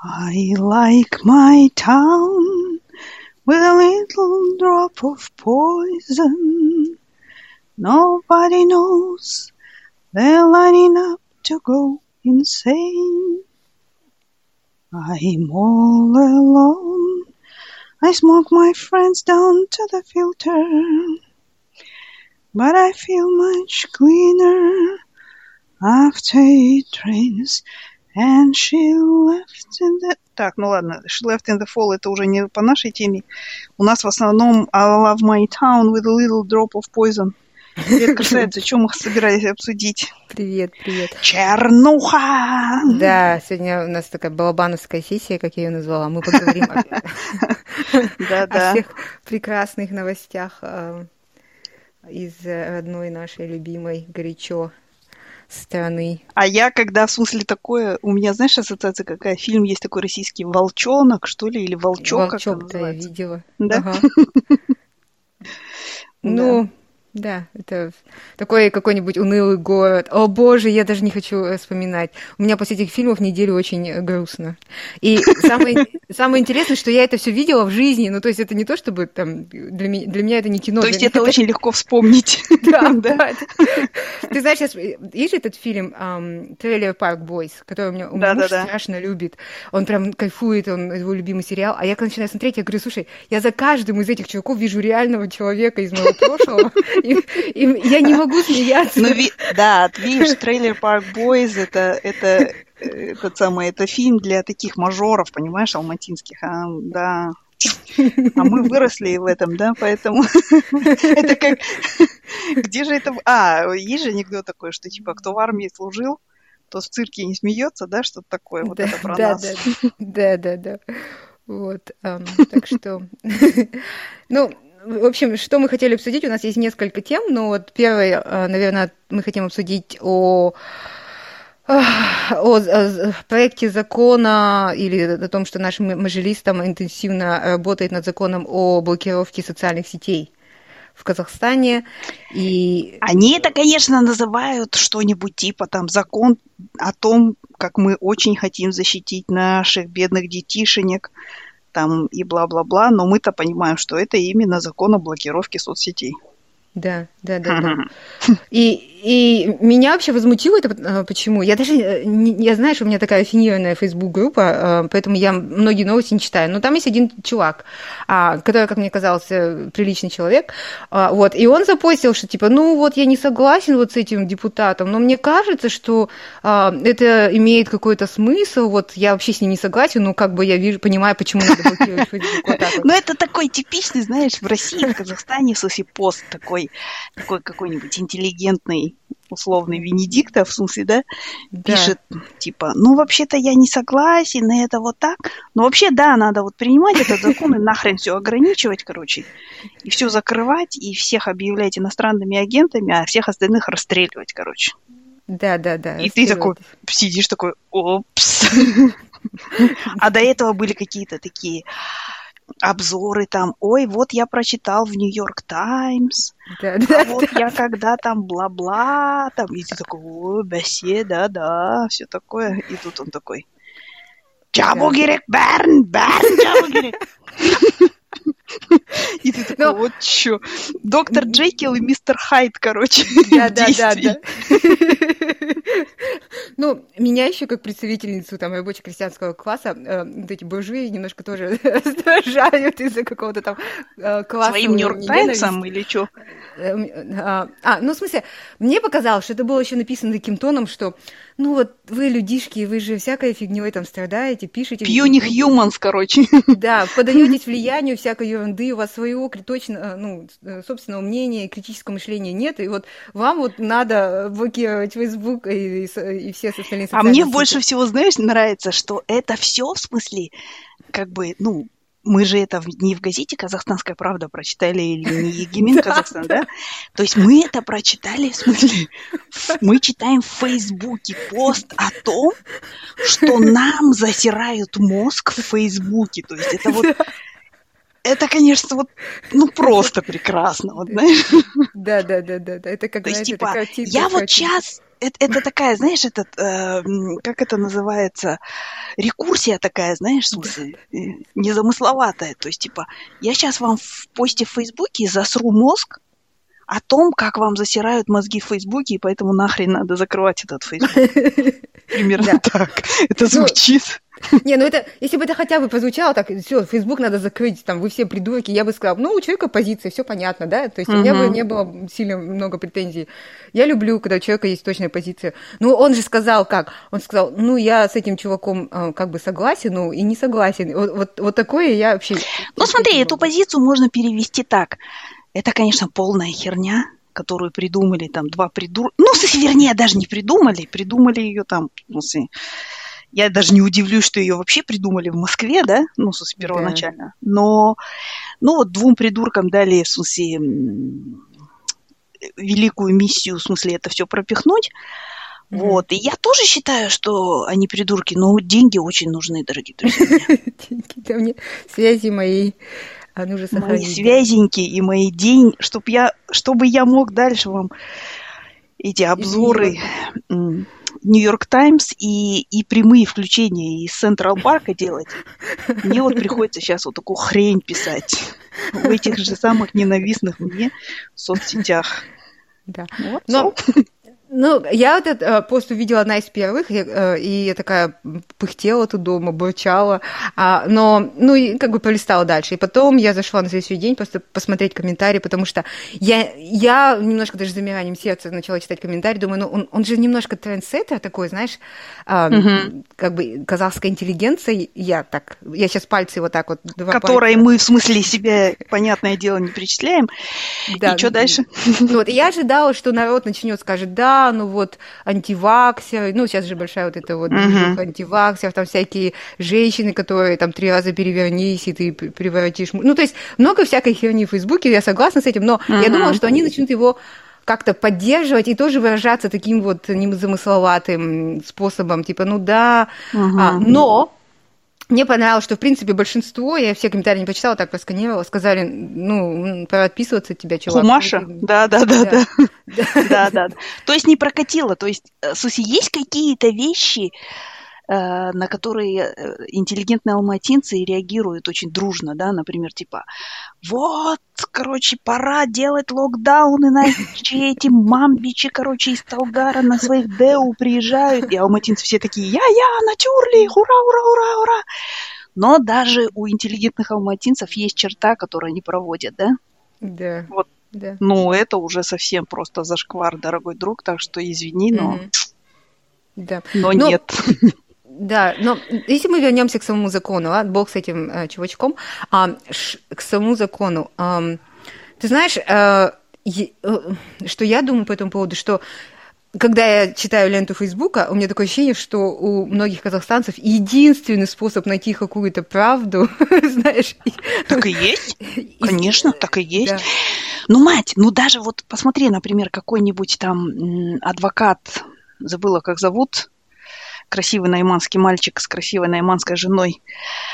I like my town with a little drop of poison. Nobody knows they're lining up to go insane. I'm all alone. I smoke my friends down to the filter, but I feel much cleaner after it rains. And she left in the... Так, ну ладно, she left in the fall, это уже не по нашей теме. У нас в основном I love my town with a little drop of poison. Привет, красавица, что мы собирались обсудить? Привет, привет. Чернуха! Да, сегодня у нас такая балабановская сессия, как я ее назвала. Мы поговорим о всех прекрасных новостях из одной нашей любимой горячо страны. А я, когда в смысле такое, у меня, знаешь, ассоциация какая? Фильм есть такой российский «Волчонок», что ли, или «Волчок», как он называется? «Волчок», да, я видела. Да? Ага. Ну, да, это такой какой-нибудь унылый город. О, боже, я даже не хочу вспоминать. У меня после этих фильмов неделю очень грустно. И самое интересное, что я это все видела в жизни. Ну, то есть это не то, чтобы там для меня это не кино. То есть это очень легко вспомнить. Да. Ты знаешь, сейчас есть этот фильм «Трейлер Парк Бойс», который у меня муж страшно любит. Он прям кайфует, он его любимый сериал. А я когда начинаю смотреть, я говорю, слушай, я за каждым из этих чуваков вижу реального человека из моего прошлого. И я не могу смеяться. Ну, да, видишь, «Трейлер Парк Бойз» это фильм для таких мажоров, понимаешь, алматинских. Да. А мы выросли в этом, да, поэтому это как... Где же это... есть же анекдот такой, что типа, кто в армии служил, то в цирке не смеется, да, что-то такое, вот это про нас. Да. Вот, так что... Ну, в общем, что мы хотели обсудить? У нас есть несколько тем, но вот первое, наверное, мы хотим обсудить о проекте закона или о том, что наш мажилис там интенсивно работает над законом о блокировке социальных сетей в Казахстане. И... Они это, конечно, называют что-нибудь типа там закон о том, как мы очень хотим защитить наших бедных детишенек, там и бла-бла-бла, но мы-то понимаем, что это именно закон о блокировке соцсетей. Да. И меня вообще возмутило это, почему? Я даже, я знаешь, у меня такая аффинированная Facebook-группа, поэтому я многие новости не читаю. Но там есть один чувак, который, как мне казался, приличный человек, вот, и он запостил, что типа, ну вот я не согласен вот с этим депутатом, но мне кажется, что это имеет какой-то смысл, вот я вообще с ним не согласен, но как бы я вижу, понимаю, почему надо блокировать Facebook вот так вот. Ну это такой типичный, знаешь, в России, в Казахстане, в смысле, пост такой какой-нибудь интеллигентный, условный Венедиктов, в смысле, да, пишет, типа, ну, вообще-то я не согласен, и это вот так, но вообще, да, надо вот принимать этот закон и нахрен все ограничивать, короче, и все закрывать, и всех объявлять иностранными агентами, а всех остальных расстреливать, короче. Да. И ты такой сидишь такой, опс. А до этого были какие-то такие... обзоры там, ой, вот я прочитал в Нью-Йорк Таймс, вот я когда там бла-бла, там, и ты такой, ой, беседа, да, все такое, и тут он такой, Чабу керек, бәрін, Чабу керек. И ты такой, вот чё, доктор Джекил и мистер Хайд, короче, Да. Ну, меня еще как представительницу там рабоче-крестьянского класса вот эти буржуи немножко тоже раздражают из-за какого-то там класса. Своим Нью-Йорк Таймсом или что? Ну, в смысле, мне показалось, что это было еще написано таким тоном, что, ну, вот вы, людишки, вы же всякой фигней там страдаете, пишете. Puny humans, короче. Да, подаетесь влиянию всякой ерунды, у вас своего собственного мнения, критического мышления нет, и вот вам вот надо блокировать Facebook и все остальные социальные сети. А мне больше всего, знаешь, нравится, что это все в смысле, как бы, ну, мы же это не в газете «Казахстанская правда» прочитали или не «Егемен Казахстан», да? То есть мы это прочитали, в смысле, мы читаем в Фейсбуке пост о том, что нам засирают мозг в Фейсбуке. То есть это вот... Это, конечно, вот, ну, просто прекрасно, вот, знаешь? Да. Это как, то есть, знаете, типа, я вот сейчас это такая, знаешь, как это называется, рекурсия такая, знаешь, в смысле, незамысловатая. То есть, типа, я сейчас вам в посте в Фейсбуке засру мозг о том, как вам засирают мозги в Фейсбуке, и поэтому нахрен надо закрывать этот Фейсбук. Примерно так это звучит. Не, ну это, если бы это хотя бы прозвучало так, все, Facebook надо закрыть, там, вы все придурки, я бы сказала, ну, у человека позиция, все понятно, да, то есть у меня бы не было сильно много претензий. Я люблю, когда у человека есть точная позиция. Ну, он же сказал как? Он сказал, ну, я с этим чуваком как бы согласен, ну, и не согласен. Вот такое я вообще... Ну, смотри, эту позицию можно перевести так. Это, конечно, полная херня, которую придумали там два придурка. Ну, вернее, даже не придумали ее там, в смысле... Я даже не удивлюсь, что ее вообще придумали в Москве, да, ну, в смысле, первоначально. Да. Но, ну, вот двум придуркам дали, в смысле, великую миссию, в смысле, это все пропихнуть. Mm-hmm. Вот. И я тоже считаю, что они придурки, но деньги очень нужны, дорогие друзья. Деньги, да мне связи мои... нужно сохранить. Мои связеньки и мои деньги, чтобы я мог дальше вам эти обзоры... Нью-Йорк Таймс и прямые включения из Централ Парка делать. Мне вот приходится сейчас вот такую хрень писать в этих же самых ненавистных мне соцсетях. Да. Вот. Но, ну, я вот этот пост увидела одна из первых, и я такая пыхтела тут дома, бурчала, но, ну, и как бы полистала дальше. И потом я зашла на следующий день просто посмотреть комментарии, потому что я немножко даже с замиранием сердца начала читать комментарии, думаю, ну, он же немножко трендсеттер такой, знаешь, как бы казахская интеллигенция, я сейчас пальцы вот так вот... Которой мы, в смысле, себя, понятное дело, не причисляем. Да. И что дальше? Вот, и я ожидала, что народ начнет, скажет, да, ну вот антиваксеры, ну сейчас же большая вот эта вот движуха антиваксеров, там всякие женщины, которые там 3 раза перевернись, и ты превратишь... Ну, то есть много всякой херни в Фейсбуке, я согласна с этим, но я думала, что они начнут его как-то поддерживать и тоже выражаться таким вот незамысловатым способом, типа, ну да, но... Мне понравилось, что, в принципе, большинство, я все комментарии не почитала, так просканировала, сказали, ну, пора отписываться от тебя, чувак. Хумаша? Да. То есть не прокатило, то есть, в смысле, есть какие-то вещи, на которые интеллигентные алматинцы реагируют очень дружно, да, например, типа, вот, короче, пора делать локдаун, иначе эти мамбичи, короче, из Талгара на своих ДЭУ приезжают, и алматинцы все такие, натюрли, ура. Но даже у интеллигентных алматинцев есть черта, которую они проводят, да? Да. Вот. Да. Ну, это уже совсем просто зашквар, дорогой друг, так что извини, но... Да. Но нет. Да, но если мы вернемся к самому закону, бог с этим чувачком, к самому закону, ты знаешь, что я думаю по этому поводу, что когда я читаю ленту Фейсбука, у меня такое ощущение, что у многих казахстанцев единственный способ найти какую-то правду, знаешь... Так и есть, конечно, так и есть. Да. Ну, мать, ну даже вот посмотри, например, какой-нибудь там адвокат, забыла, как зовут, красивый найманский мальчик с красивой найманской женой.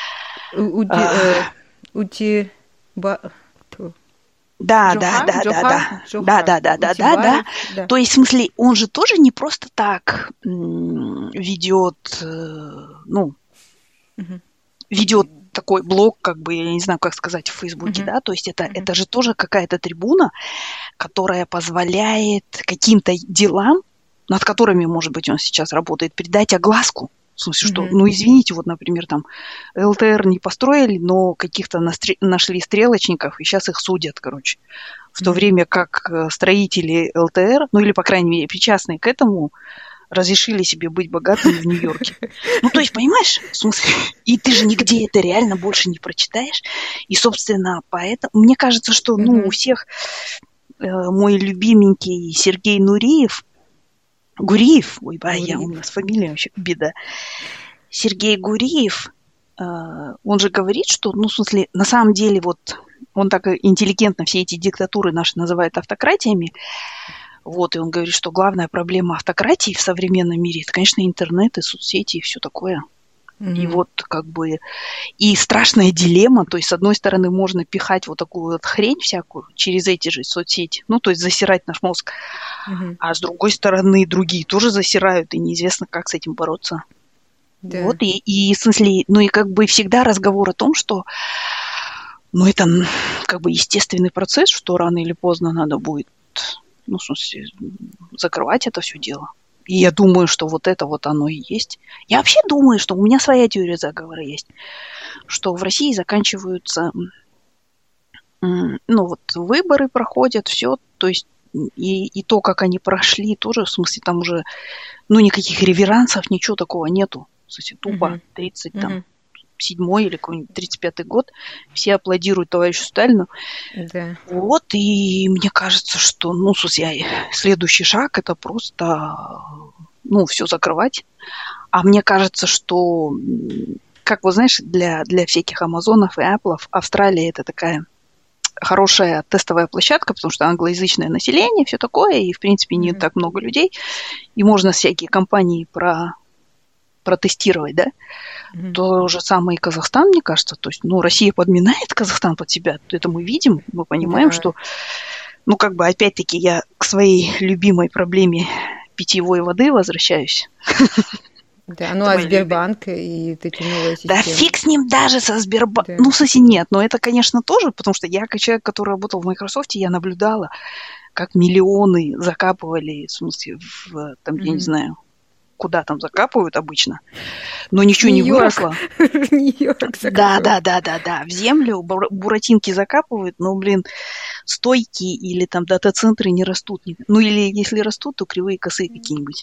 Да. То есть, в смысле, он же тоже не просто так ведет, ведет такой блог, как бы, я не знаю, как сказать, в Фейсбуке, да, то есть это же тоже какая-то трибуна, которая позволяет каким-то делам, над которыми, может быть, он сейчас работает, придать огласку. В смысле, что, ну, извините, вот, например, там, ЛТР не построили, но каких-то нашли стрелочников, и сейчас их судят, короче. В то время как строители ЛТР, ну, или, по крайней мере, причастные к этому, разрешили себе быть богатыми в Нью-Йорке. Ну, то есть, понимаешь, в смысле, и ты же нигде это реально больше не прочитаешь. И, собственно, поэтому, мне кажется, что, ну, у всех мой любименький Сергей Гуриев, у нас фамилия вообще беда. Сергей Гуриев, он же говорит, что, ну, в смысле, на самом деле, вот, он так интеллигентно все эти диктатуры наши называет автократиями, вот, и он говорит, что главная проблема автократии в современном мире, это, конечно, интернет и соцсети и все такое. И вот как бы... И страшная дилемма, то есть с одной стороны можно пихать вот такую вот хрень всякую через эти же соцсети, ну то есть засирать наш мозг, а с другой стороны другие тоже засирают, и неизвестно, как с этим бороться. Да. Вот, и в смысле, ну и как бы всегда разговор о том, что ну это как бы естественный процесс, что рано или поздно надо будет, ну в смысле, закрывать это все дело. И я думаю, что вот это вот оно и есть. Я вообще думаю, что у меня своя теория заговора есть, что в России заканчиваются, ну вот выборы проходят, все, то есть и то, как они прошли, тоже, в смысле, там уже, ну никаких реверансов, ничего такого нету. В смысле, тупо 37-й или какой-нибудь 35-й год, все аплодируют товарищу Сталину. Да. Вот, и мне кажется, что, ну, в смысле, следующий шаг это просто, ну, все закрывать. А мне кажется, что, как вы знаешь, для всяких Амазонов и Апплов Австралия это такая хорошая тестовая площадка, потому что англоязычное население, все такое, и, в принципе, не так много людей, и можно всякие компании протестировать, да, то же самое и Казахстан, мне кажется, то есть, ну, Россия подминает Казахстан под себя, это мы видим, мы понимаем, что, ну, как бы, опять-таки, я к своей любимой проблеме питьевой воды возвращаюсь. Да, ну, а Сбербанк и такие новые системы. Да фиг с ним даже со Сбербанком, да. Ну, кстати, нет, но это, конечно, тоже, потому что я, как человек, который работал в Microsoft, я наблюдала, как миллионы закапывали, в смысле, там, я не знаю, куда там закапывают обычно, но ничего не выросло. Нью-Йорк закапывают. Да, в землю буратинки закапывают, но, блин, стойки или там дата-центры не растут. Ну, или если растут, то кривые косые какие-нибудь.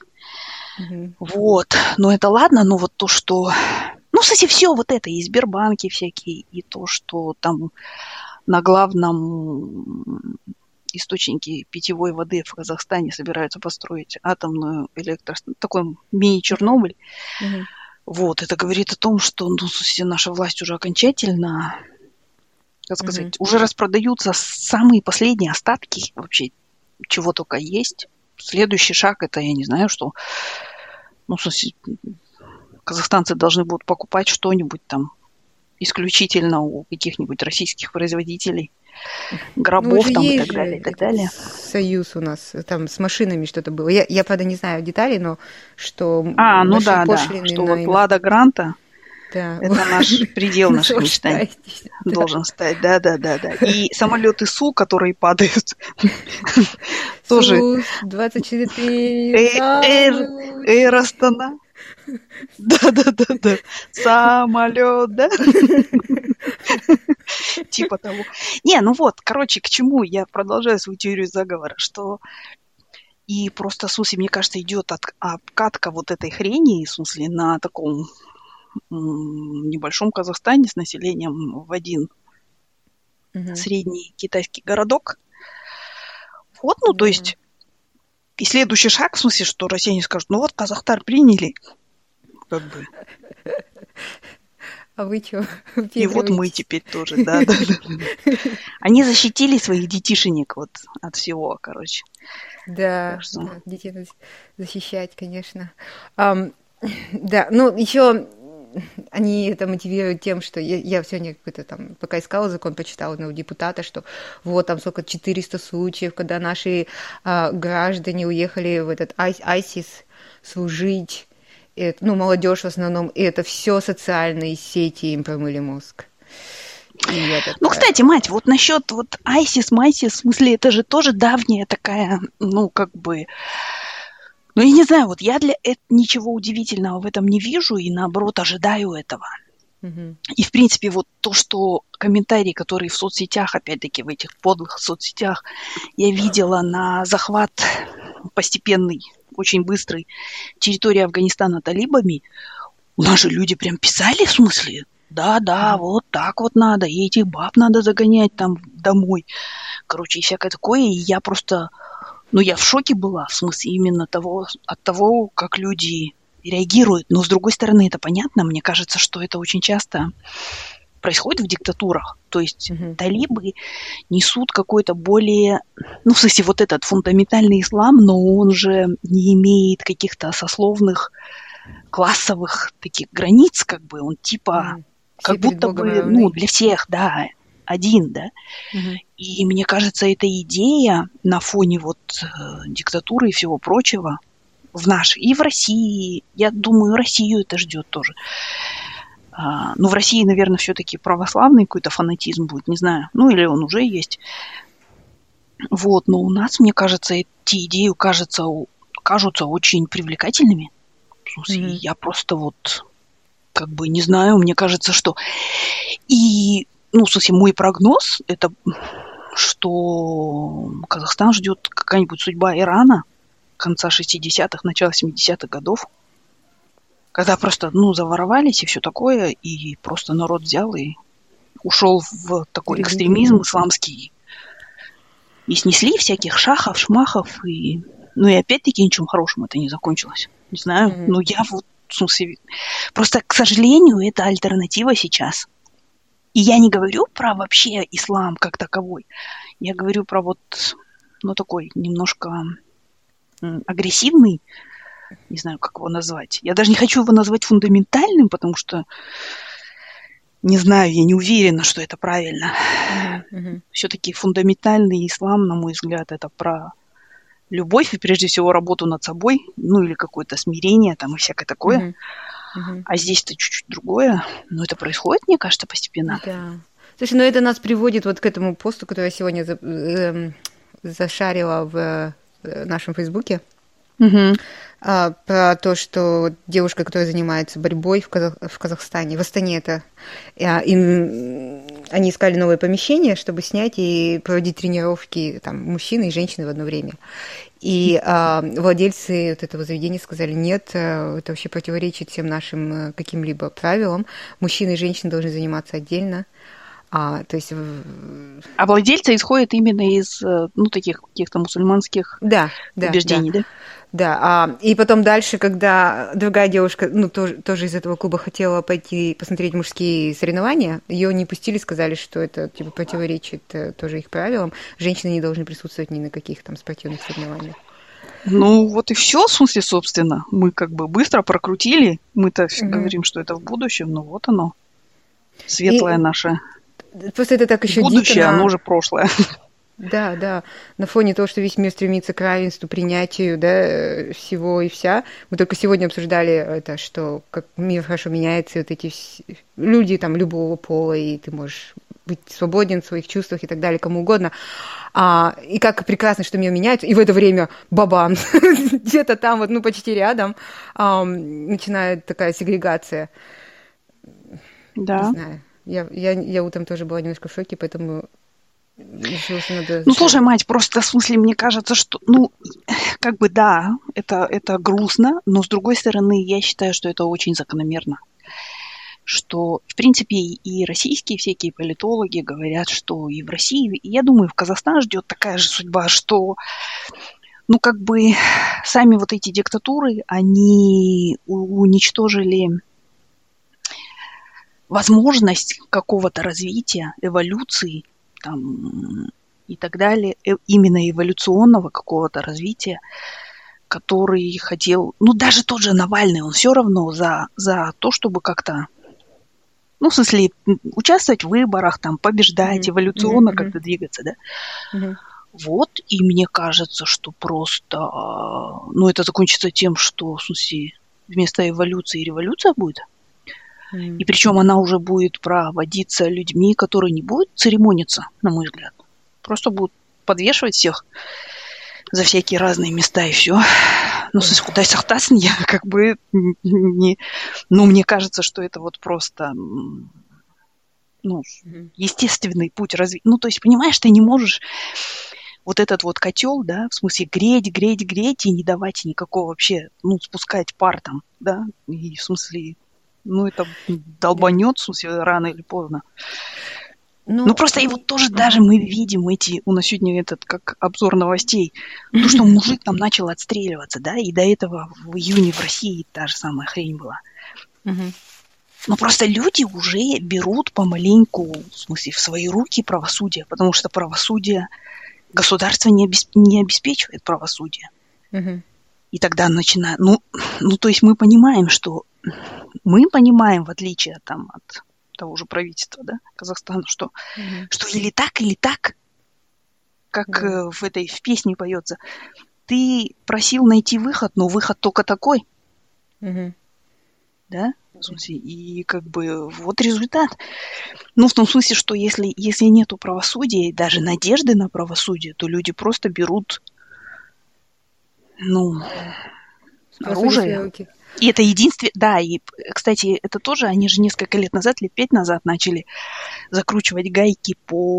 Вот, но это ладно, но вот то, что... Ну, кстати, все вот это, и Сбербанки всякие, и то, что там на главном... источники питьевой воды в Казахстане собираются построить атомную электростанцию, такой мини-Чернобыль. Вот, это говорит о том, что ну, наша власть уже окончательно, как сказать, уже распродаются самые последние остатки вообще, чего только есть. Следующий шаг, это, я не знаю, что ну, казахстанцы должны будут покупать что-нибудь там исключительно у каких-нибудь российских производителей. Гробов там и так далее, и так далее. Союз у нас, там с машинами что-то было. Я правда, не знаю деталей, но что... ну да, что вот Лада Гранта, да. Это наш предел наших мечтаний. Должен стать, да. И самолеты Су, которые падают, тоже... Су-24. Эйр Астана. Да. Самолет, да? Типа того. Не, ну вот, короче, к чему я продолжаю свою теорию заговора, что и просто, в смысле, мне кажется, идет обкатка вот этой хрени, в смысле, на таком небольшом Казахстане с населением в один средний китайский городок. Вот, ну, то есть, и следующий шаг, в смысле, что россияне скажут, ну вот, Казахстан приняли, как бы. А вы что? И вот мы теперь тоже, да. Они защитили своих детишенек вот от всего, короче. Да, детей надо защищать, конечно. Да, ну, еще они это мотивируют тем, что я сегодня какой-то там, пока искала закон, почитала одного депутата, что вот там сколько, 400 случаев, когда наши граждане уехали в этот ISIS служить, ну, молодежь в основном, и это все социальные сети им промыли мозг. Ну, кстати, мать, вот насчет вот ISIS, в смысле, это же тоже давняя такая, ну, как бы... Ну, я не знаю, вот я ничего удивительного в этом не вижу и, наоборот, ожидаю этого. И, в принципе, вот то, что комментарии, которые в соцсетях, опять-таки, в этих подлых соцсетях, я видела на захват постепенный, очень быстрый территории Афганистана талибами, у нас же люди прям писали, в смысле, да, вот так вот надо, и этих баб надо загонять там домой. Короче, и всякое такое, и я просто... Ну, я в шоке была, в смысле, именно от того, как люди реагируют. Но, с другой стороны, это понятно. Мне кажется, что это очень часто происходит в диктатурах. То есть талибы несут какой-то более... Ну, в смысле, вот этот фундаментальный ислам, но он же не имеет каких-то сословных классовых таких границ, как бы он типа, Все как перед будто Богом бы, равны. ну, для всех, да, один, да. И мне кажется, эта идея на фоне вот диктатуры и всего прочего в нашей, и в России, я думаю, Россию это ждет тоже. Ну, в России, наверное, все-таки православный какой-то фанатизм будет, не знаю. Ну, или он уже есть. Вот, но у нас, мне кажется, эти идеи кажутся очень привлекательными. В смысле, я просто вот как бы не знаю, мне кажется, что... И, ну, в смысле, мой прогноз, это что Казахстан ждет какая-нибудь судьба Ирана конца 60-х, начала 70-х годов, когда просто, ну, заворовались и все такое, и просто народ взял и ушел в такой экстремизм исламский. И снесли всяких шахов, шмахов, и... Ну, и опять-таки ничем хорошим это не закончилось. Не знаю, но я вот, в смысле... Просто, к сожалению, это альтернатива сейчас. И я не говорю про вообще ислам как таковой. Я говорю про вот, ну, такой немножко агрессивный, не знаю, как его назвать. Я даже не хочу его назвать фундаментальным, потому что, не знаю, я не уверена, что это правильно. Все-таки фундаментальный ислам, на мой взгляд, это про любовь и, прежде всего, работу над собой, ну, или какое-то смирение там и всякое такое. А здесь-то чуть-чуть другое. Но это происходит, мне кажется, постепенно. Да. Слушай, ну это нас приводит вот к этому посту, который я сегодня зашарила в нашем Фейсбуке. Про то, что девушка, которая занимается борьбой в Казахстане, в Астане это, они искали новое помещение, чтобы снять и проводить тренировки там, мужчины и женщины в одно время. И владельцы вот этого заведения сказали, нет, это вообще противоречит всем нашим каким-либо правилам. Мужчины и женщины должны заниматься отдельно. То есть... А владельцы исходят именно из, ну, таких каких-то мусульманских убеждений, да? Да, и потом дальше, когда другая девушка, ну, тоже из этого клуба хотела пойти посмотреть мужские соревнования, ее не пустили, сказали, что это типа противоречит тоже их правилам. Женщины не должны присутствовать ни на каких там спортивных соревнованиях. Ну, вот и все, в смысле, собственно. Мы как бы быстро прокрутили. Мы-то говорим, что это в будущем, но вот оно. Светлое наше просто это так еще будущее, дико, оно же прошлое. Да, на фоне того, что весь мир стремится к равенству, принятию, да, всего и вся. Мы только сегодня обсуждали это, что как мир хорошо меняется, и вот эти люди там любого пола, и ты можешь быть свободен в своих чувствах и так далее, кому угодно. И как прекрасно, что мир меняется, и в это время бабам, где-то там вот, ну, почти рядом начинает такая сегрегация. Да. Не знаю. Я утром тоже была немножко в шоке, поэтому... Ну, слушай, мать, просто в смысле, мне кажется, что, ну, как бы да, это грустно, но с другой стороны, я считаю, что это очень закономерно. Что, в принципе, и российские всякие политологи говорят, что и в России, и я думаю, в Казахстан ждет такая же судьба, что, ну, как бы сами вот эти диктатуры, они уничтожили возможность какого-то развития, эволюции, там, и так далее, именно эволюционного какого-то развития, который хотел, ну, даже тот же Навальный, он все равно за то, чтобы как-то, ну, в смысле, участвовать в выборах, там, побеждать, эволюционно как-то двигаться, да. Вот, и мне кажется, что просто, ну, это закончится тем, что, в смысле, вместо эволюции революция будет. И причем она уже будет проводиться людьми, которые не будут церемониться, на мой взгляд. Просто будут подвешивать всех за всякие разные места и все. Ну, куда сахтасн, я как бы не... Ну, мне кажется, что это вот просто, ну, естественный путь развития. Ну, то есть, понимаешь, ты не можешь вот этот вот котел, да, в смысле греть и не давать никакого вообще, ну, спускать пар там, да, и в смысле... Ну, это долбанет, в смысле, рано или поздно. Ну, просто и вот тоже даже мы видим у нас сегодня как обзор новостей, то, что мужик там начал отстреливаться, да, и до этого в июне в России та же самая хрень была. Но просто люди уже берут помаленьку, в смысле, в свои руки правосудие, потому что правосудие, государство не обеспечивает правосудие. И тогда начинаю... то есть мы понимаем, в отличие там, от того же правительства, да, Казахстана, что или так, как в песне поется. Ты просил найти выход, но выход только такой. Да? В смысле, и как бы вот результат. В том смысле, что если нету правосудия и даже надежды на правосудие, то люди просто берут оружие. И это единственное... Да, и, кстати, это тоже, они же несколько лет 5 назад начали закручивать гайки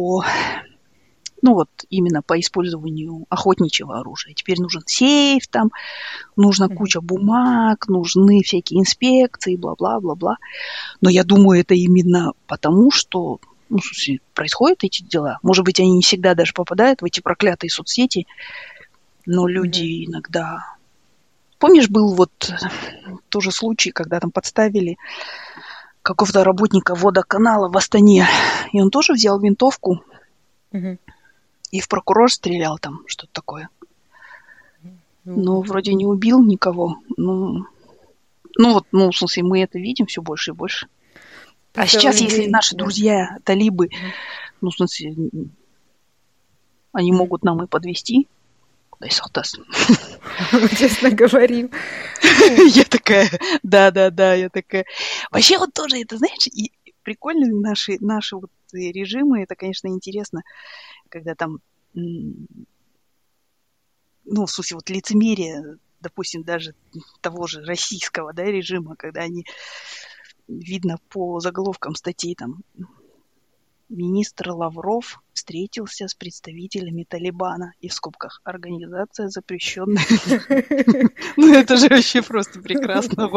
именно по использованию охотничьего оружия. Теперь нужен сейф там, нужна куча бумаг, нужны всякие инспекции, бла-бла-бла-бла. Но я думаю, это именно потому, что происходят эти дела. Может быть, они не всегда даже попадают в эти проклятые соцсети, но люди иногда... Помнишь, был тоже случай, когда там подставили какого-то работника водоканала в Астане, и он тоже взял винтовку и в прокурор стрелял там, что-то такое. Вроде не убил никого. В смысле, мы это видим все больше и больше. А сейчас, если наши друзья, талибы, в смысле, они могут нам и подвести, дай салтас. Мы честно говорим. Я такая, да, я такая. Вообще тоже это, знаешь, и прикольно наши режимы, это, конечно, интересно, когда там, в смысле, лицемерие, допустим, даже того же российского, да, режима, когда они, видно по заголовкам статей, там, министр Лавров встретился с представителями Талибана, и в скобках организация запрещенная. Это же вообще просто прекрасно.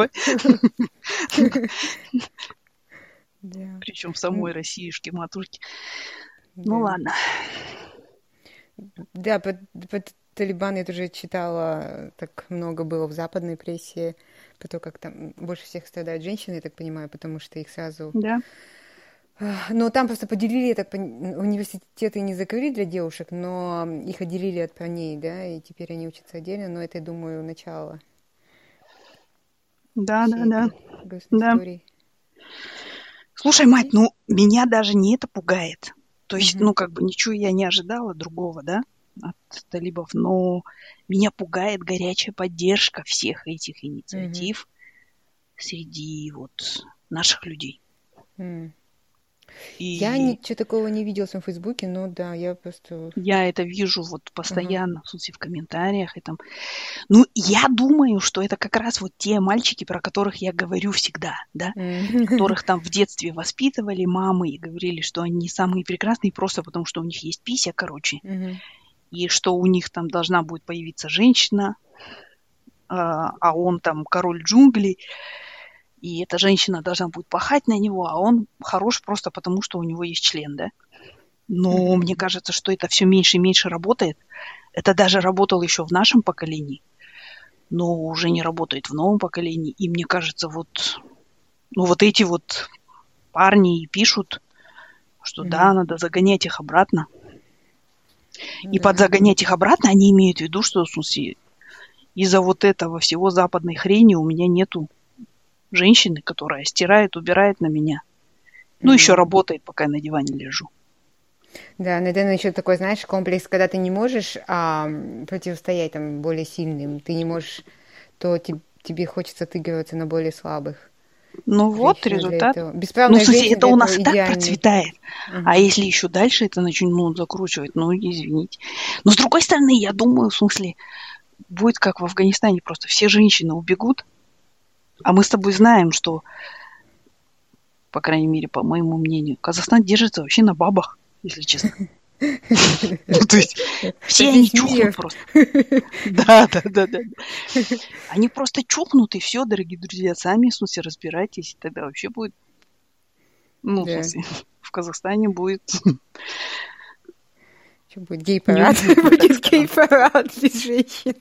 Причем в самой Россиюшке, матушке. Ладно. Да, под Талибан я тоже читала, так много было в западной прессе, про то, как там больше всех страдают женщины, я так понимаю, потому что их сразу... Да. Но там просто поделили, университеты не закрыли для девушек, но их отделили от парней, да, и теперь они учатся отдельно, но это, я думаю, начало. Да. Истории. Слушай, мать, меня даже не это пугает. То есть, ничего я не ожидала другого, да, от талибов, но меня пугает горячая поддержка всех этих инициатив среди наших людей. Я ничего такого не видела в своем Фейсбуке, но да, я просто... Я это вижу постоянно, в смысле, в комментариях и там. Я думаю, что это как раз те мальчики, про которых я говорю всегда, да, которых там в детстве воспитывали мамы и говорили, что они самые прекрасные просто потому, что у них есть пися, короче, и что у них там должна будет появиться женщина, а он там король джунглей, и эта женщина должна будет пахать на него, а он хорош просто потому, что у него есть член, да. Но мне кажется, что это все меньше и меньше работает. Это даже работало еще в нашем поколении, но уже не работает в новом поколении. И мне кажется, эти парни и пишут, что да, надо загонять их обратно. И под загонять их обратно они имеют в виду, что, в смысле, из-за этого всего западной хрени у меня нету женщины, которая стирает, убирает на меня. Еще работает, пока я на диване лежу. Да, наверное, еще такой, знаешь, комплекс, когда ты не можешь противостоять там более сильным, ты не можешь, то тебе хочется отыгрываться на более слабых. Результат. Бесправная жизнь это у нас и так идеальный. процветает. А если еще дальше это начнут закручивать, извините. Но с другой стороны, я думаю, в смысле, будет как в Афганистане, просто все женщины убегут, а мы с тобой знаем, что, по крайней мере, по моему мнению, Казахстан держится вообще на бабах, если честно. То есть все они чухнут просто. Да. Они просто чухнут, и все, дорогие друзья, сами, в смысле, разбирайтесь, и тогда вообще будет, в смысле, в Казахстане будет... Что будет? Гей-парад? Будет гей-парад без женщин.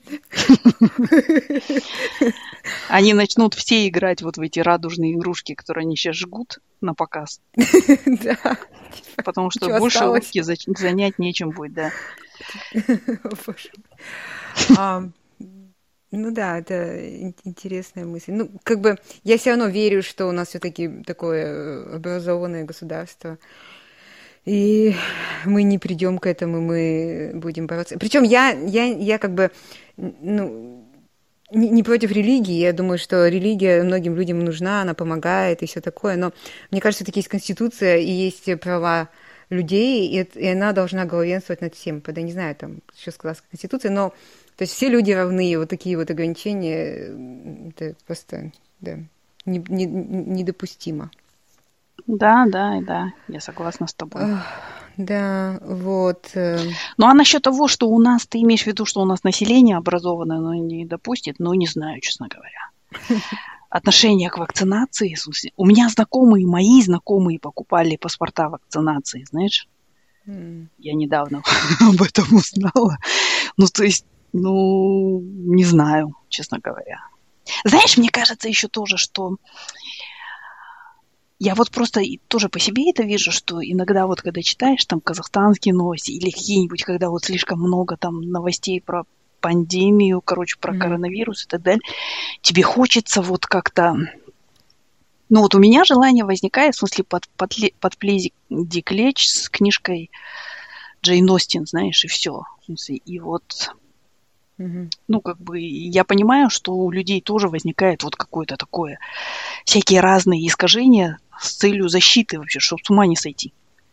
Они начнут все играть в эти радужные игрушки, которые они сейчас жгут на показ. Да. Потому что больше лодки занять нечем будет, да. Ну да, это интересная мысль. Ну, как бы я все равно верю, что у нас все-таки такое образованное государство, и мы не придем к этому, мы будем бороться. Причем я как бы, ну, не против религии. Я думаю, что религия многим людям нужна, она помогает и все такое. Но мне кажется, все-таки есть Конституция и есть права людей, и она должна главенствовать над всем. Я не знаю, там, что сказала Конституция, но то есть все люди равны, и вот такие вот ограничения, это просто, да, недопустимо. Да, да, да, я согласна с тобой. Да, вот. Ну, а насчет того, что у нас, ты имеешь в виду, что у нас население образованное, но не допустит, ну, не знаю, честно говоря. Отношение к вакцинации, в смысле, у меня знакомые, мои знакомые покупали паспорта вакцинации, знаешь? Я недавно об этом узнала. Ну, то есть, ну, не знаю, честно говоря. Знаешь, мне кажется еще тоже, что я вот просто тоже по себе это вижу, что иногда вот когда читаешь там казахстанские новости или какие-нибудь, когда вот слишком много там новостей про пандемию, короче, про коронавирус и так далее, тебе хочется вот как-то... Ну вот у меня желание возникает, в смысле, подпледик лечь с книжкой Джейн Остин, знаешь, и все. В смысле, и вот... Ну, как бы, я понимаю, что у людей тоже возникает вот какое-то такое, всякие разные искажения с целью защиты вообще, чтобы с ума не сойти.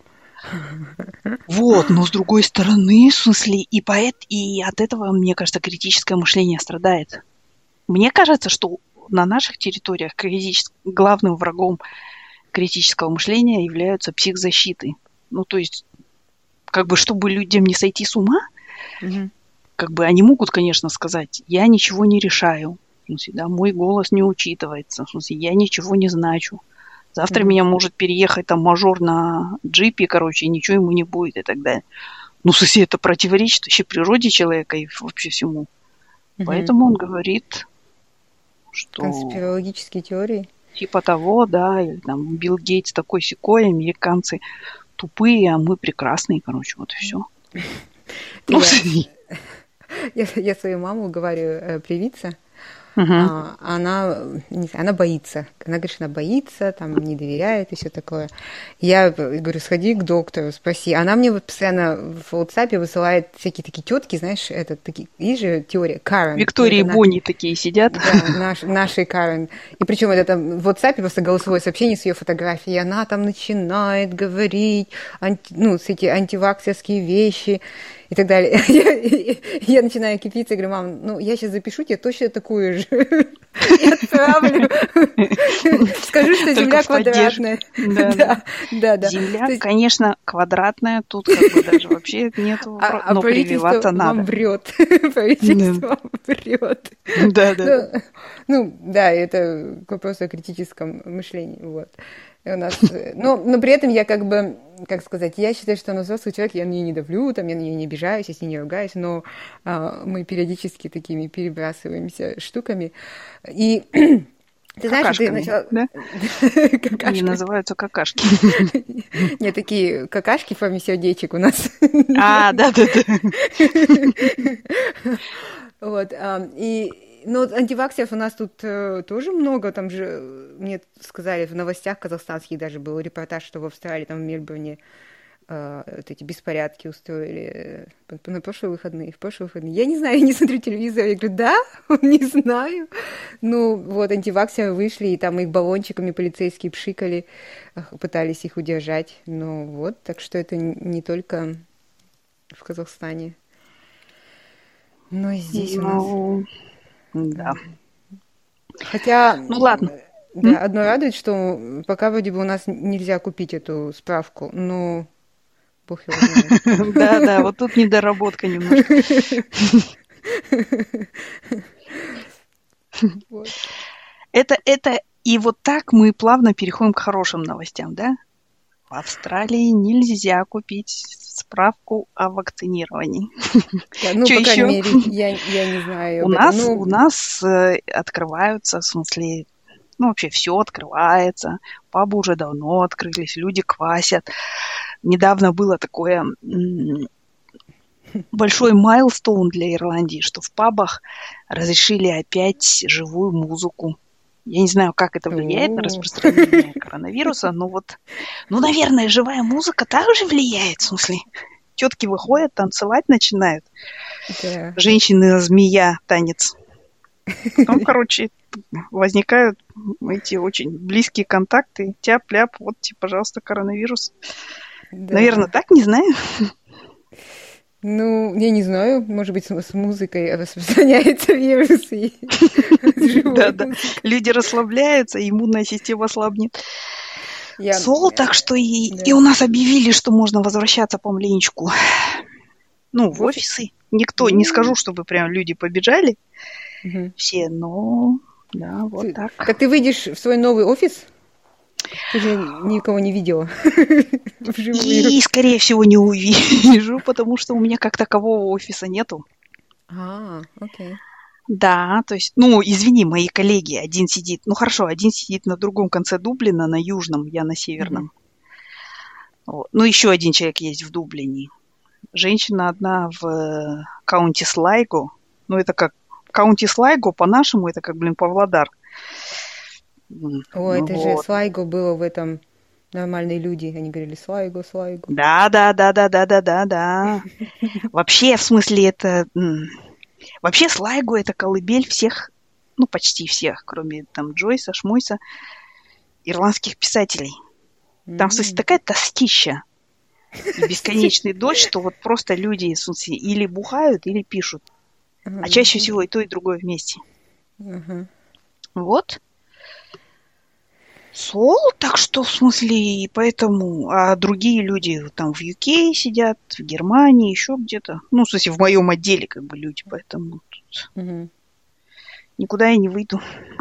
Вот, но с другой стороны, в смысле, и от этого, мне кажется, критическое мышление страдает. Мне кажется, что на наших территориях главным врагом критического мышления являются психзащиты. Ну, то есть, как бы, чтобы людям не сойти с ума, как бы они могут, конечно, сказать, я ничего не решаю, в смысле, да, мой голос не учитывается, в смысле, я ничего не значу. Завтра меня может переехать там мажор на джипе, короче, и ничего ему не будет и так далее. Ну, в смысле, это противоречит вообще природе человека и вообще всему. Поэтому он говорит, что... Конспирологические теории? Типа того, да, или там Билл Гейтс такой-сякой, американцы тупые, а мы прекрасные, короче, вот и все. Я свою маму говорю, привиться. Она боится. Она говорит, что она боится, там, не доверяет и все такое. Я говорю, сходи к доктору, спроси. Она мне вот постоянно в WhatsApp высылает всякие такие тетки, знаешь, есть же теория Карен. Виктория и Бонни такие сидят. Да, наши Карен. И причем это там в WhatsApp просто голосовое сообщение с ее фотографией, и она там начинает говорить, эти антиваксерские вещи и так далее. Я начинаю кипиться и говорю, мам, я сейчас запишу тебе точно такую же. И отправлю. Скажу, что Земля квадратная. Да. Земля, конечно, квадратная. Тут как бы даже вообще нету. Но прививаться надо. Вам врет. Правительство вам врет. Да. Да, это вопрос о критическом мышлении. Вот. Но при этом я как сказать, я считаю, что на взрослый человек я на нее не давлю, там, я на нее не обижаюсь, я с ней не ругаюсь, но мы периодически такими перебрасываемся штуками. И ты знаешь, ты начала... Да? Они называются какашки. Нет, такие какашки в форме сердечек у нас. Да. Вот, но антиваксеров у нас тут тоже много, там же, мне сказали, в новостях казахстанских даже был репортаж, что в Австралии, там в Мельбурне вот эти беспорядки устроили на прошлые выходные, в прошлые выходные. Я не знаю, я не смотрю телевизор, я говорю, да, не знаю. Ну, вот, антиваксеры вышли, и там их баллончиками полицейские пшикали, пытались их удержать. Ну, вот, так что это не только в Казахстане, но и здесь у нас... Да. Хотя, ну ладно. Да, одно радует, что пока вроде бы у нас нельзя купить эту справку, но бог его знает. Да, вот тут недоработка немножко. Это и вот так мы плавно переходим к хорошим новостям, да? В Австралии нельзя купить справку о вакцинировании. Да, по крайней мере, я не знаю. У нас открываются, в смысле, вообще все открывается. Пабы уже давно открылись, люди квасят. Недавно было такое большой майлстоун для Ирландии, что в пабах разрешили опять живую музыку. Я не знаю, как это влияет на распространение коронавируса, но вот, ну, наверное, живая музыка также влияет, в смысле. Тетки выходят, танцевать начинают. Да. Женщины-змея, танец. Потом, короче, возникают эти очень близкие контакты. Тяп-ляп, вот тебе, пожалуйста, коронавирус. Да. Наверное, так, не знаю. Ну, я не знаю, может быть, с музыкой распространяется вирус. Да-да, люди расслабляются, иммунная система слабнет. Так что и у нас объявили, что можно возвращаться помаленечку. Ну, в офисы. Никто, не скажу, чтобы прям люди побежали все, но да, вот так. Так ты выйдешь в свой новый офис? Ты же никого не видела вживую. И, скорее всего, не увижу, потому что у меня как такового офиса нету. Окей. Да, то есть, ну, извини, мои коллеги, один сидит на другом конце Дублина, на южном, я на северном. Вот. Ну, еще один человек есть в Дублине. Женщина одна в каунти Слайго. Ну, это как каунти Слайго, по-нашему, это как, Павлодар. Это же Слайго было в этом «Нормальные люди». Они говорили Слайго. Да. Вообще, в смысле, это... Вообще, Слайго — это колыбель всех, ну, почти всех, кроме там Джойса, Шмойса, ирландских писателей. Там, в смысле, такая тоскища и бесконечный дождь, что вот просто люди, в смысле, или бухают, или пишут. А чаще всего и то, и другое вместе. Вот. Так что, в смысле, и поэтому... А другие люди там в UK сидят, в Германии, еще где-то. Ну, в смысле, в моем отделе как бы люди, поэтому тут никуда я не выйду.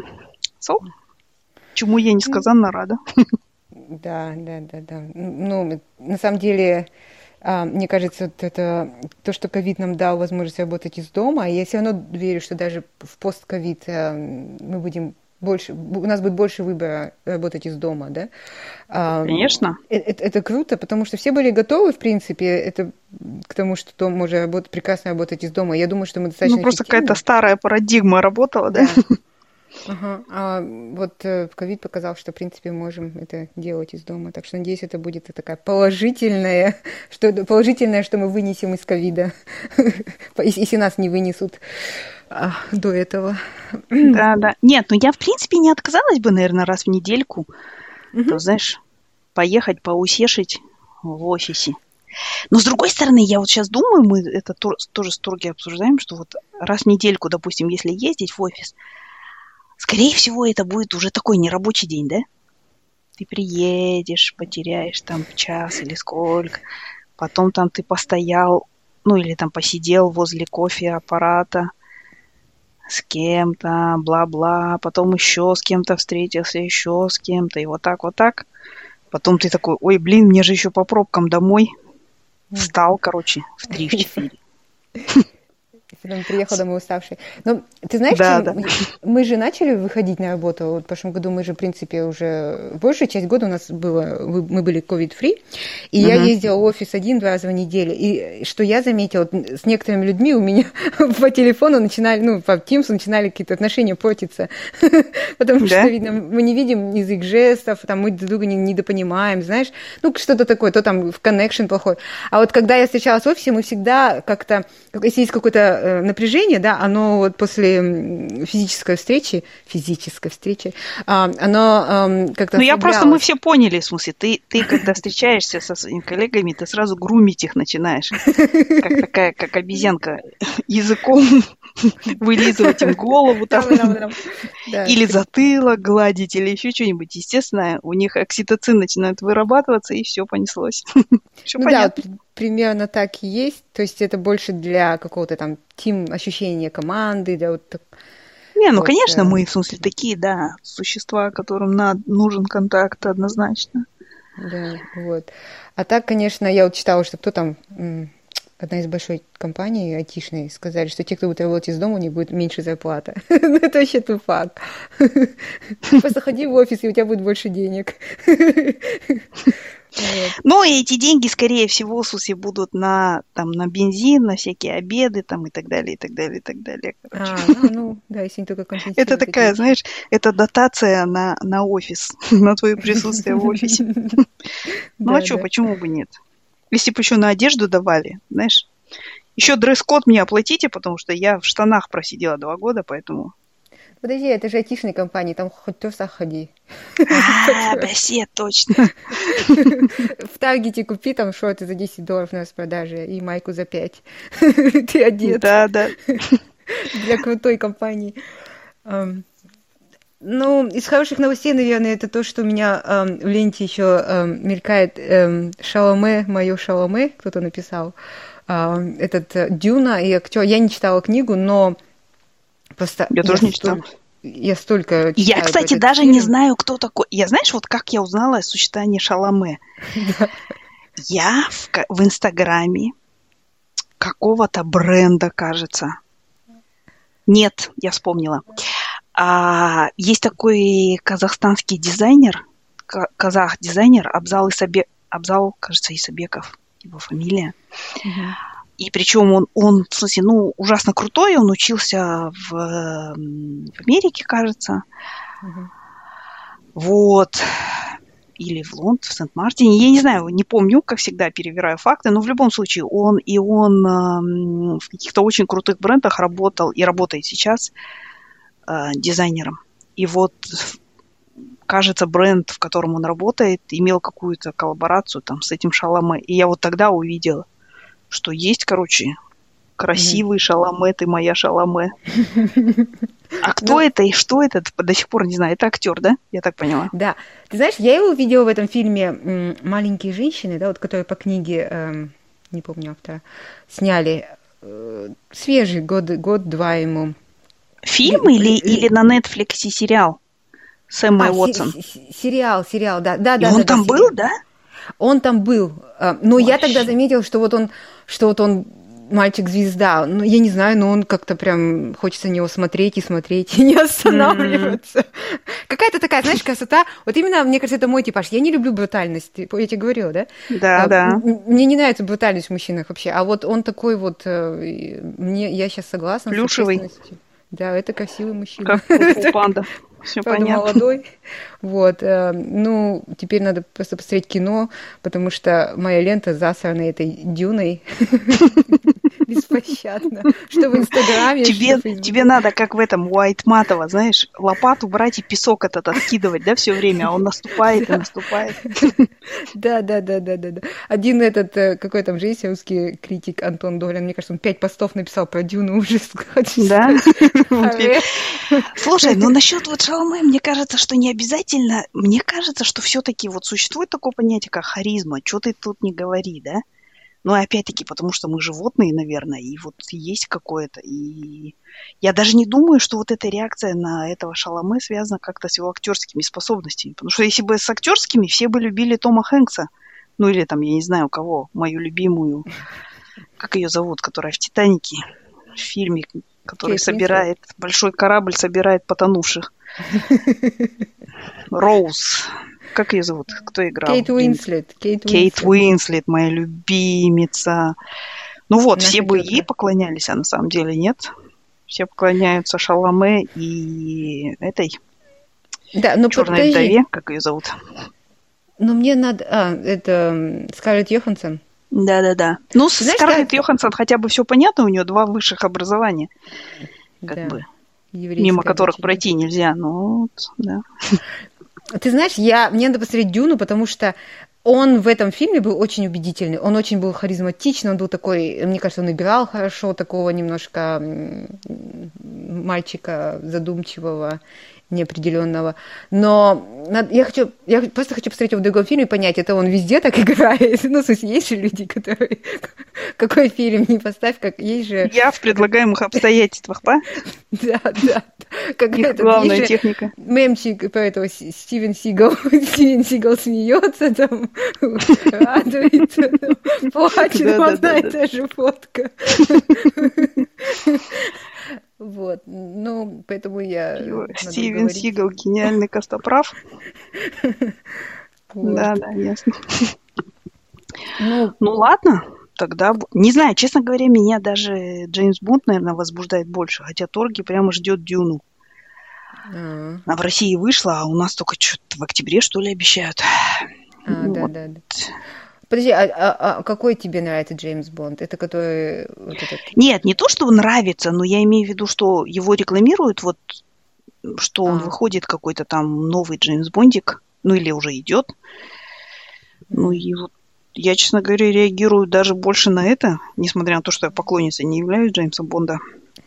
Чему я несказанно рада. Да. Ну, на самом деле, мне кажется, это то, что ковид нам дал возможность работать из дома. И я все равно верю, что даже в постковид мы будем у нас будет больше выбора работать из дома, да? Конечно. Это круто, потому что все были готовы, в принципе, к тому, что дом может прекрасно работать из дома. Я думаю, что мы достаточно просто какая-то старая парадигма работала, да? А вот ковид показал, что, в принципе, можем это делать из дома. Так что, надеюсь, это будет такая положительное, что мы вынесем из ковида, если нас не вынесут до этого. Да. Нет, я, в принципе, не отказалась бы, наверное, раз в недельку. То, знаешь, поехать, поусешить в офисе. Но, с другой стороны, я вот сейчас думаю, мы это тоже с Тургой обсуждаем, что вот раз в недельку, допустим, если ездить в офис, скорее всего, это будет уже такой нерабочий день, да? Ты приедешь, потеряешь там час или сколько, потом там ты постоял, ну или там посидел возле кофе-аппарата с кем-то, бла-бла, потом еще с кем-то встретился, еще с кем-то, и вот так. Потом ты такой, ой, блин, мне же еще по пробкам домой. Встал, короче, в 3-4. Потом приехал домой уставший. Но ты знаешь, мы же начали выходить на работу. Вот в прошлом году мы же, в принципе, уже большая часть года у нас мы были COVID-free. И я ездила в офис 1-2 раза в неделю. И что я заметила, с некоторыми людьми у меня по телефону начинали, по Teams начинали какие-то отношения портиться. Потому что, видно, мы не видим язык жестов, там мы друг друга недопонимаем, знаешь. Что-то такое, то там в connection плохой. А вот когда я встречалась в офисе, мы всегда как-то, если есть какой-то напряжение, да, оно вот после физической встречи, оно как-то... мы все поняли, в смысле, ты когда встречаешься со своими коллегами, ты сразу грумить их начинаешь, как обезьянка, языком вылизывать им голову, там, или затылок гладить, или еще что-нибудь. Естественно, у них окситоцин начинает вырабатываться, и все понеслось. Все понятно. Да, примерно так и есть. То есть это больше для какого-то там ощущения команды, да, вот так. Конечно, мы, в смысле, такие, да, существа, которым нужен контакт однозначно. Да, вот. А так, конечно, я вот читала, что одна из большой компаний айтишной сказали, что те, кто будет работать из дома, у них будет меньше зарплата. Это вообще факт. Просто ходи в офис, и у тебя будет больше денег. Но эти деньги, скорее всего, в смысле, будут на бензин, на всякие обеды там и так далее, и так далее, и так далее. Короче. Да, если они только Это компенсируют эти такая, вещи. знаешь, это дотация на офис, на твое присутствие в офисе. Ну а Да, что, да. почему бы нет? Если бы еще на одежду давали, знаешь. Еще дресс-код мне оплатите, потому что я в штанах просидела 2 года, поэтому... Подожди, это же айтишная компания, там хоть в трусах ходи. бассет, точно. В Таргете купи там шорты за $10 на распродаже и майку за 5. Ты одет Да, да. для крутой компании. Ну, из хороших новостей, наверное, это то, что у меня в ленте еще мелькает Шаломе, мое Шаломе, кто-то написал. Этот Дюна и актер. Я не читала книгу, но просто Я тоже не читала. Я столько читаю. Я, кстати, даже не знаю, кто такой. Я, знаешь, вот как я узнала о существовании Шаломе? Я в Инстаграме какого-то бренда, кажется. Нет, я вспомнила. Есть такой казахстанский дизайнер, казах-дизайнер Абзал, кажется, Исабеков, его фамилия. И причем он, в смысле, ужасно крутой, он учился в Америке, кажется. Вот. Или в Лондоне, в Сент-Мартине. Я не знаю, не помню, как всегда перевираю факты, но в любом случае он в каких-то очень крутых брендах работал и работает сейчас дизайнером. И вот, кажется, бренд, в котором он работает, имел какую-то коллаборацию там с этим Шаломе. И я вот тогда увидела, что есть, короче, красивый Шаломе, ты моя Шаломе. А кто это и что это, до сих пор не знаю. Это актер, да? Я так поняла. Да. Ты знаешь, я его видела в этом фильме «Маленькие женщины», да, вот, которые по книге, не помню автора, сняли. Свежий, год-два ему. Фильм или на Netflix сериал с Эммой Уотсон? Сериал, да. И он там был, да? Он там был. Но я тогда заметила, что вот он мальчик-звезда. Ну, я не знаю, но он как-то прям хочется на него смотреть и не останавливаться. Какая-то такая, знаешь, красота. Вот именно, мне кажется, это мой типаж. Я не люблю брутальность. Я тебе говорила, да? Да. Мне не нравится брутальность в мужчинах вообще. А вот он такой вот... Я сейчас согласна. Плюшевый. Да, это красивый мужчина. Как панда. Все понятно. Молодой. Вот. Ну, теперь надо просто посмотреть кино, потому что моя лента засрана этой Дюной. Беспощадно. Что в Инстаграме, что в Фейсбуке. Тебе надо, как в этом, у Айтматова, знаешь, лопату брать и песок этот откидывать, да, все время, а он наступает и наступает. Да. Один этот, какой там же есть русский критик Антон Долин, мне кажется, он 5 постов написал про Дюну, ужас. Да? Слушай, ну насчет вот Шаломе, мне кажется, что не обязательно, мне кажется, что все-таки вот существует такое понятие, как харизма, что ты тут не говори, да? Ну, и опять-таки, потому что мы животные, наверное, и вот есть какое-то. И я даже не думаю, что вот эта реакция на этого Шаломе связана как-то с его актерскими способностями. Потому что если бы с актерскими, все бы любили Тома Хэнкса. Ну, или там, я не знаю, у кого, мою любимую, как ее зовут, которая в «Титанике», в фильме, который собирает, большой корабль собирает потонувших. Роуз. Как ее зовут? Кто играл? Кейт Уинслет. Кейт Уинслет, моя любимица. Ну вот, все бы ей поклонялись, а на самом деле нет. Все поклоняются Шаломе и этой черной вдове, как ее зовут. Но мне надо... это Скарлетт Йоханссон. Да. Ну, с Скарлетт Йоханссон хотя бы все понятно, у нее 2 высших образования. Как бы. Мимо которых пройти нельзя. Ну, да. Ты знаешь, мне надо посмотреть «Дюну», потому что он в этом фильме был очень убедительный, он очень был харизматичный, он был такой, мне кажется, он играл хорошо, такого немножко мальчика задумчивого, неопределенного. Но я просто хочу посмотреть его в другом фильме и понять, это он везде так играет. Ну, в смысле, есть же люди, которые... Какой фильм не поставь, как есть же... Я в предлагаемых обстоятельствах, да? Да. Их главная техника. Мемчик про этого Стивен Сигал. Стивен Сигал смеется, там, радуется, плачет, одна и та же фотка. Вот, ну, поэтому я... Стивен Сигал, гениальный костоправ. Да, ясно. Ну, Ну ладно, тогда... Не знаю, честно говоря, меня даже Джеймс Бонд, наверное, возбуждает больше. Хотя Торги прямо ждет Дюну. а, Она в России вышла, а у нас только что-то в октябре, что ли, обещают. Ну, да, вот. да, да. Подожди, а какой тебе нравится Джеймс Бонд? Это который вот этот... Нет, не то, что нравится, но я имею в виду, что его рекламируют, вот, что он выходит какой-то там новый Джеймс Бондик, ну или уже идет. Ну и вот я, честно говоря, реагирую даже больше на это, несмотря на то, что я поклонницей не являюсь Джеймса Бонда.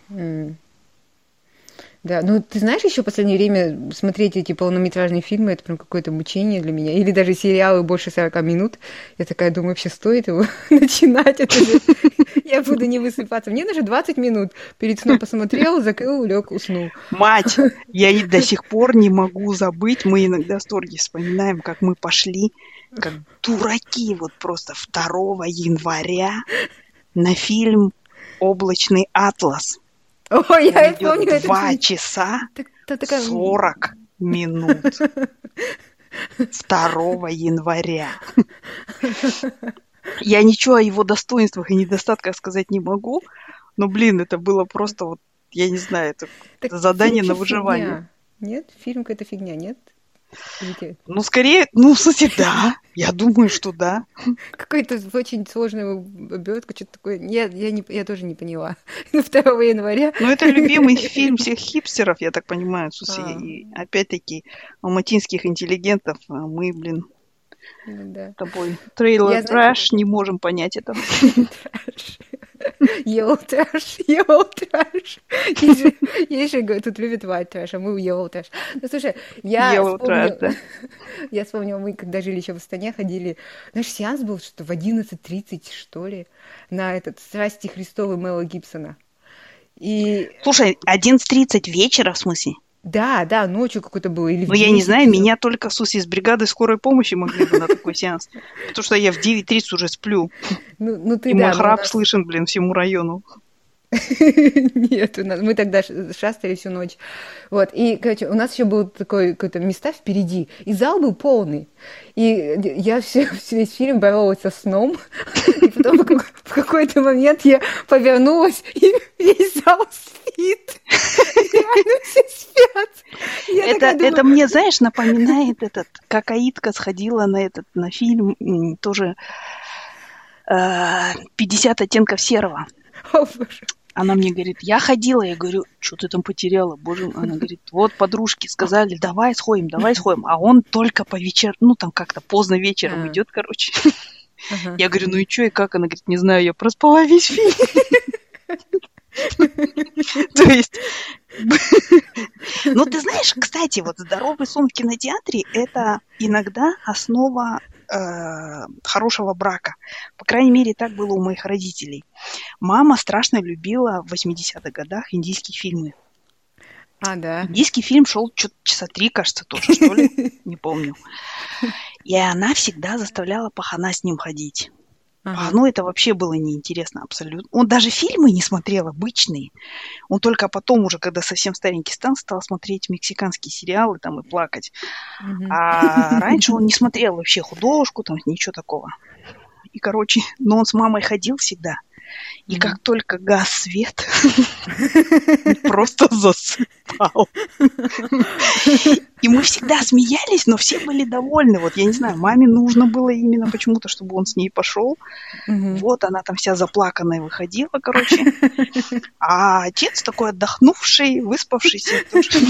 Да, ну ты знаешь, еще в последнее время смотреть эти полнометражные фильмы, это прям какое-то мучение для меня. Или даже сериалы больше 40 минут. Я такая думаю, вообще стоит его начинать? Это же... Я буду не высыпаться. Мне даже 20 минут перед сном посмотрел, закрыл, лег, уснул. Мать, я до сих пор не могу забыть. Мы иногда с Торги вспоминаем, как мы пошли, как дураки, вот просто 2 января на фильм «Облачный атлас». Ой, я помню это. 2 часа 40 минут. 2 января. Я ничего о его достоинствах и недостатках сказать не могу, но, блин, это было просто вот, я не знаю, это задание на выживание. Фигня. Нет? Фильм какая-то фигня, нет? Ну, скорее, ну, в смысле, да. Я думаю, что да. Какая-то очень сложная обертка, что-то такое. Я тоже не поняла. 2 января. Ну, это любимый фильм всех хипстеров, я так понимаю. И опять-таки, алматинских интеллигентов. А мы, блин, с тобой трейлер трэш, не можем понять этого. Yellow trash. Есть же, тут любят white trash, а мы yellow trash. Ну, слушай, я вспомнила, мы когда жили еще в Астане, ходили, знаешь, сеанс был что-то в 11:30, что ли, на этот «Страсти Христовы» Мэла Гибсона. Слушай, 11:30 вечера, в смысле? Да, ночью какой-то был. Или ну, я не знаю, меня только, из бригады скорой помощи могли бы на такой сеанс. Потому что я в 9:30 уже сплю. И мой храп слышен, блин, всему району. Нет, мы тогда шастали всю ночь. Вот, и, короче, у нас еще был такой какой-то места впереди, и зал был полный. И я весь фильм боролась со сном, и потом в какой-то момент я повернулась, и весь зал спит. Реально все спят. Это мне, знаешь, напоминает как Аидка сходила на фильм тоже 50 оттенков серого. О, боже. Она мне говорит, я ходила, я говорю, что ты там потеряла, боже мой. Она говорит, вот подружки сказали, давай сходим. А он только по вечеру, ну там как-то поздно вечером идет, короче. Я говорю, ну и что, и как? Она говорит, не знаю, я проспала весь фильм. То есть, ну ты знаешь, кстати, вот здоровый сон в кинотеатре – это иногда основа хорошего брака. По крайней мере, так было у моих родителей. Мама страшно любила в 80-х годах индийские фильмы. Да. Индийский фильм шел часа 3, кажется, тоже, что ли, не помню. И она всегда заставляла пахана с ним ходить. Пахану это вообще было неинтересно абсолютно. Он даже фильмы не смотрел обычные. Он только потом уже, когда совсем старенький стал смотреть мексиканские сериалы там и плакать. А раньше он не смотрел вообще художку, там ничего такого. И, короче, но он с мамой ходил всегда. И как только гас свет, просто засыпал. И мы всегда смеялись, но все были довольны. Вот я не знаю, маме нужно было именно почему-то, чтобы он с ней пошел. Вот она там вся заплаканная выходила, короче. А отец такой отдохнувший, выспавшийся.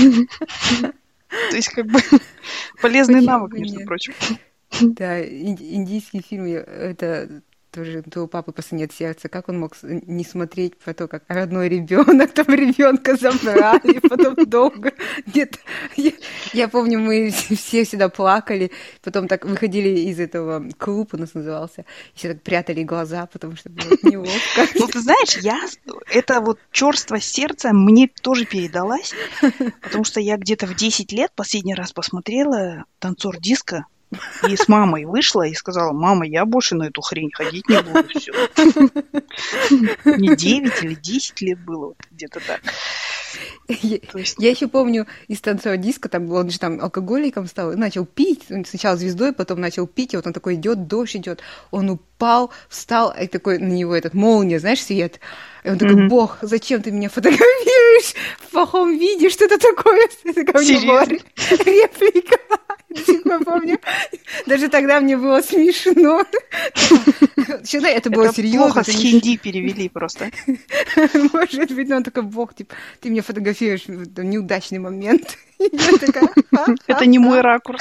То есть как бы полезный навык, между прочим. Да, индийский фильм, это... Тоже у папы просто нет сердца. Как он мог не смотреть про то, как родной ребенок, там ребенка забрали, потом долго где-то... Я помню, мы все всегда плакали, потом так выходили из этого клуба, у нас назывался, и все так прятали глаза, потому что было неловко. Ну, ты знаешь, это вот чёрствость сердца мне тоже передалась, потому что я где-то в 10 лет последний раз посмотрела «Танцор диско», и с мамой вышла и сказала, мама, я больше на эту хрень ходить не буду. Все. Мне 9 или 10 лет было, вот где-то так. То есть, Я еще помню из танцевого диска, там он же там алкоголиком стал, и начал пить, он сначала звездой, потом начал пить, и вот он такой идет, дождь идет, он упал, встал, и такой на него этот молния, знаешь, свет. И он такой: Бог, зачем ты меня фотографируешь в плохом виде? Что это такое? Это ко мне была реплика. До сих пор помню. Даже тогда мне было смешно. Это было серьезно. Плохо с хинди перевели просто. Может быть, но он такой: Бог, типа, ты меня фотографируешь в неудачный момент. Я такая: это не мой ракурс.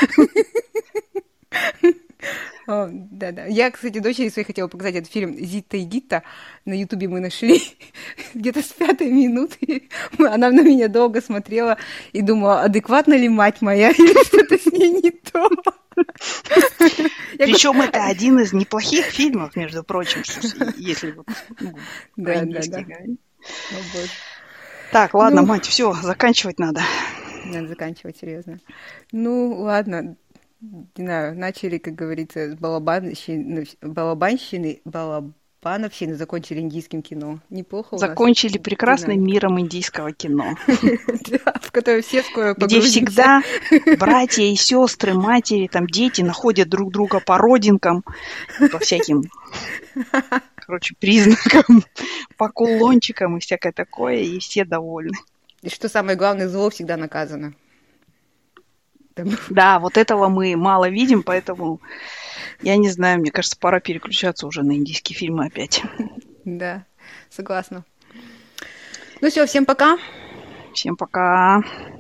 Да. Я, кстати, дочери своей хотела показать этот фильм «Зитта и Гитта». На Ютубе мы нашли где-то с 5-й минуты. Она на меня долго смотрела и думала, адекватна ли мать моя, или что-то с ней не то. Причем это один из неплохих фильмов, между прочим, если вот Да. говорить. Так, ладно, мать, все, заканчивать надо. Надо заканчивать, серьезно. Ну, ладно. Не знаю, начали, как говорится, с балабановщины, закончили индийским кино. Неплохо. Закончили прекрасным миром индийского кино. В которое все скоро погрузимся. Где всегда братья и сестры, матери, там дети находят друг друга по родинкам, по всяким, признакам, по кулончикам и всякое такое, и все довольны. И что самое главное, зло всегда наказано. Да, вот этого мы мало видим, поэтому, я не знаю, мне кажется, пора переключаться уже на индийские фильмы опять. Да, согласна. Ну все, всем пока. Всем пока.